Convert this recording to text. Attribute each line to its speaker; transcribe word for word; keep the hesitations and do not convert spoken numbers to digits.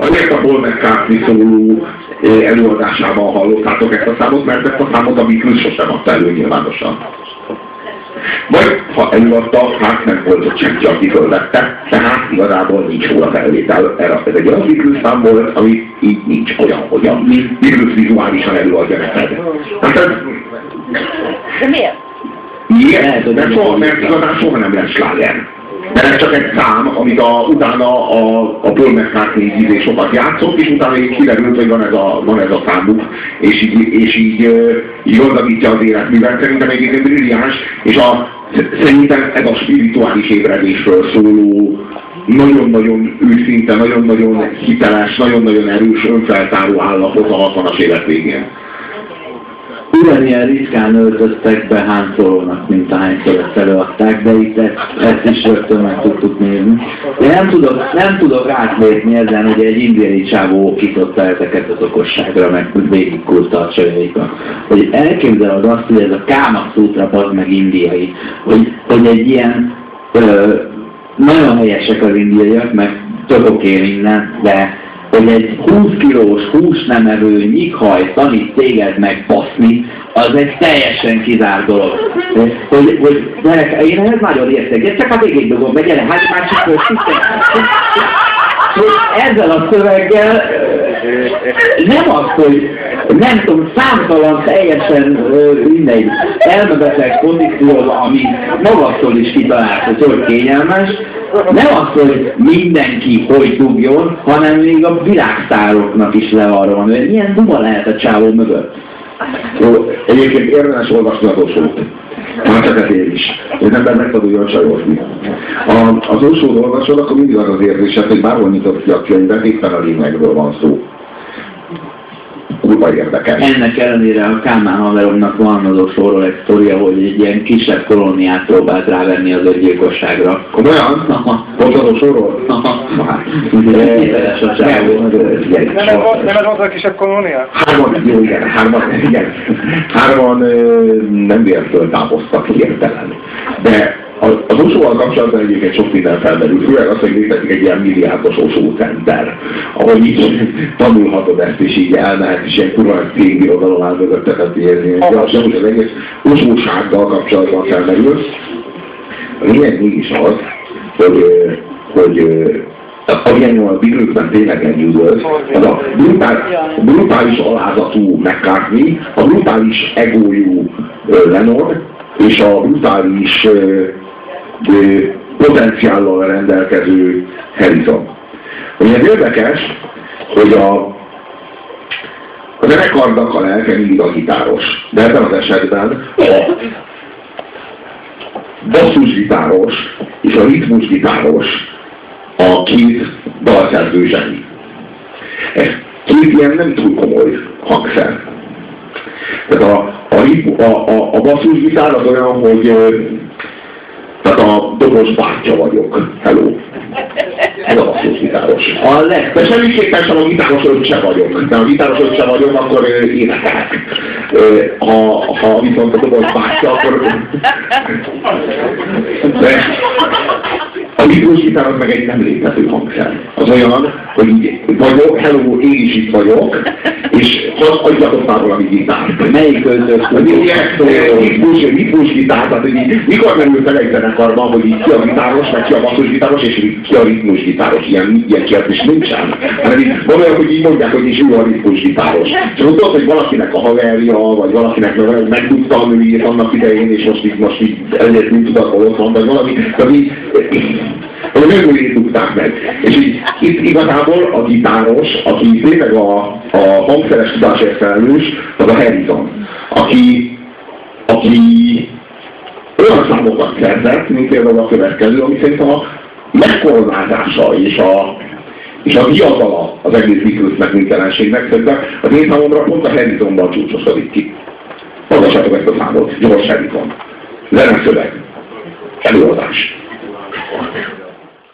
Speaker 1: azért a Paul McCartney szóló előadásában hallottátok ezt a számot, mert ezt a számot a Beatles sosem adta elő nyilvánosan. Vagy ha előadta, hát nem volt ott senki, aki fölvette, tehát igazából nincs róla felvétel. Ez egy olyan Beatles szám volt, ami így nincs olyan, hogy a Beatles vizuálisan előadja neked. Hát ez...
Speaker 2: De miért?
Speaker 1: Miért? Mert, soha, mert igazán soha nem lesz sláger. Mert ez csak egy szám, amit a, utána a, a Paul McCartney ízé sokat játszott, és utána így kiderült, hogy van ez a, van ez a számuk, és így, és így, így gazdagítja az életművel. Szerintem egyébként brilliáns, és a, szerintem ez a spirituális ébredésről szóló, nagyon-nagyon őszinte, nagyon-nagyon hiteles, nagyon-nagyon erős, önfeltáró állapot a hatvanas évek végén.
Speaker 3: Ugyanilyen ritkán öltöztek be Han Solo-nak, mint ahányszor ezt előadták, de itt ezt, ezt is rögtön meg tudtuk nézni. De nem tudok, nem tudok átlépni ezen, hogy egy indiai csávó okította ezeket az okosságra, meg végigkurta a csajaikat. Hogy elképzeled azt, hogy ez a Káma Szútra az meg indiai, hogy, hogy egy ilyen ö, nagyon helyesek az indiaiak, meg tudok én innen, de hogy egy húsz kilós hús nem evő nyikhaj tanít téged megbaszni, az egy teljesen kizárt dolog. Hogy, hogy mert én ehhez nagyon értek, csak a végig dugom, meg gyere, hát már csak hogy ezzel a szöveggel nem az, hogy nem tudom, számtalan teljesen mindegy elmebeteg kondícióban, ami magattól is kitalált, hogy hogy kényelmes, nem az, hogy mindenki hogy dugjon, hanem még a világsztároknak is le arra van, hogy milyen duma lehet a csávó mögött.
Speaker 1: Jó, egyébként érdemes olvasni az Osót. Már csak ezért is. Az ember megtanuljon csajozni. Az Osót olvasod, akkor mindig az az érzésed, hogy bárhol nyitott ki a könyvet, éppen a lényegről van szó. Kurva érdekes.
Speaker 3: Ennek ellenére a Kálmán haveromnak van az Osóról egy sztoria, hogy egy ilyen kisebb kolóniát próbált rávenni az öngyilkosságra.
Speaker 1: Komolyan? Volt az Osóról?
Speaker 3: Ételes a csávó.
Speaker 4: Nem ez volt a kisebb kolónia?
Speaker 1: Hárman, jó igen, hárman, igen. Hárman nem véletlenül távoztak hirtelen. De az Osóval kapcsolatban egyébként sok minden felmerül, főleg az, hogy létezik egy ilyen milliárdos Osó center, ahol így tanulhatod ezt, és így elmehet, és ilyen kurva cégbirodalom áll mögöttet érni. De az az egész Osósággal kapcsolatban felmerül. A lényeg mégis az, hogy, hogy amilyen a Beatlesben tényleg lenyűgöz, az a brutál, brutális alázatú McCartney, a brutális egójú Lennon, és a brutális potenciállal rendelkező Harrison. Ugye ez érdekes, hogy a, a zenekarnak a lelke mindig a gitáros, de ebben az esetben a basszusgitáros és a ritmusgitáros a két dalszerző zseni. Ez két ilyen nem túl komoly hangszer. Tehát a, a, a, a basszusgitár az olyan, hogy tehát a dobos bátyja vagyok. Hello. Ez a basszusgitáros. A leg, de semmiképpen sem a gitáros öccse vagyok. De a gitáros öccse vagyok, akkor énekelek. Ha, ha viszont a dobos bátyja, akkor... De a ritmusgitár az meg egy nem létező hangszer. Az olyan, hogy így vagyok, hello, én is itt vagyok, és adjatok már valami gitárt.
Speaker 3: Melyik költők?
Speaker 1: Ritmusgitár, tehát hogy így, mikor merül fel egy zenekarban, hogy így ki a gitáros, meg ki a basszusgitáros, és ki a ritmusgitáros. Ilyen, ilyen kérdés nincsen. Hanem így van olyan, hogy így mondják, hogy is ő a ritmusgitáros. És tudod, hogy valakinek a haverja, vagy valakinek megtudta a nőjét annak idején, és most így, most így ezért mint tudatból ott van, vagy valami, de így, hogy a nőjét dugták meg. És így itt igazából a gitáros, aki tényleg a, a hangszeres tudásért felelős, az a Harrison, aki, aki olyan számokat szerzett, mint például a következő, ami szerintem a megkoronázása és a, és a diadala az egész Beatlesnek mindenségnek, szerintem az én számomra pont a Harrisonban csúcsosodik ki. Hallgassátok ezt a számot, George Harrison. Zeneszöveg. Előadás.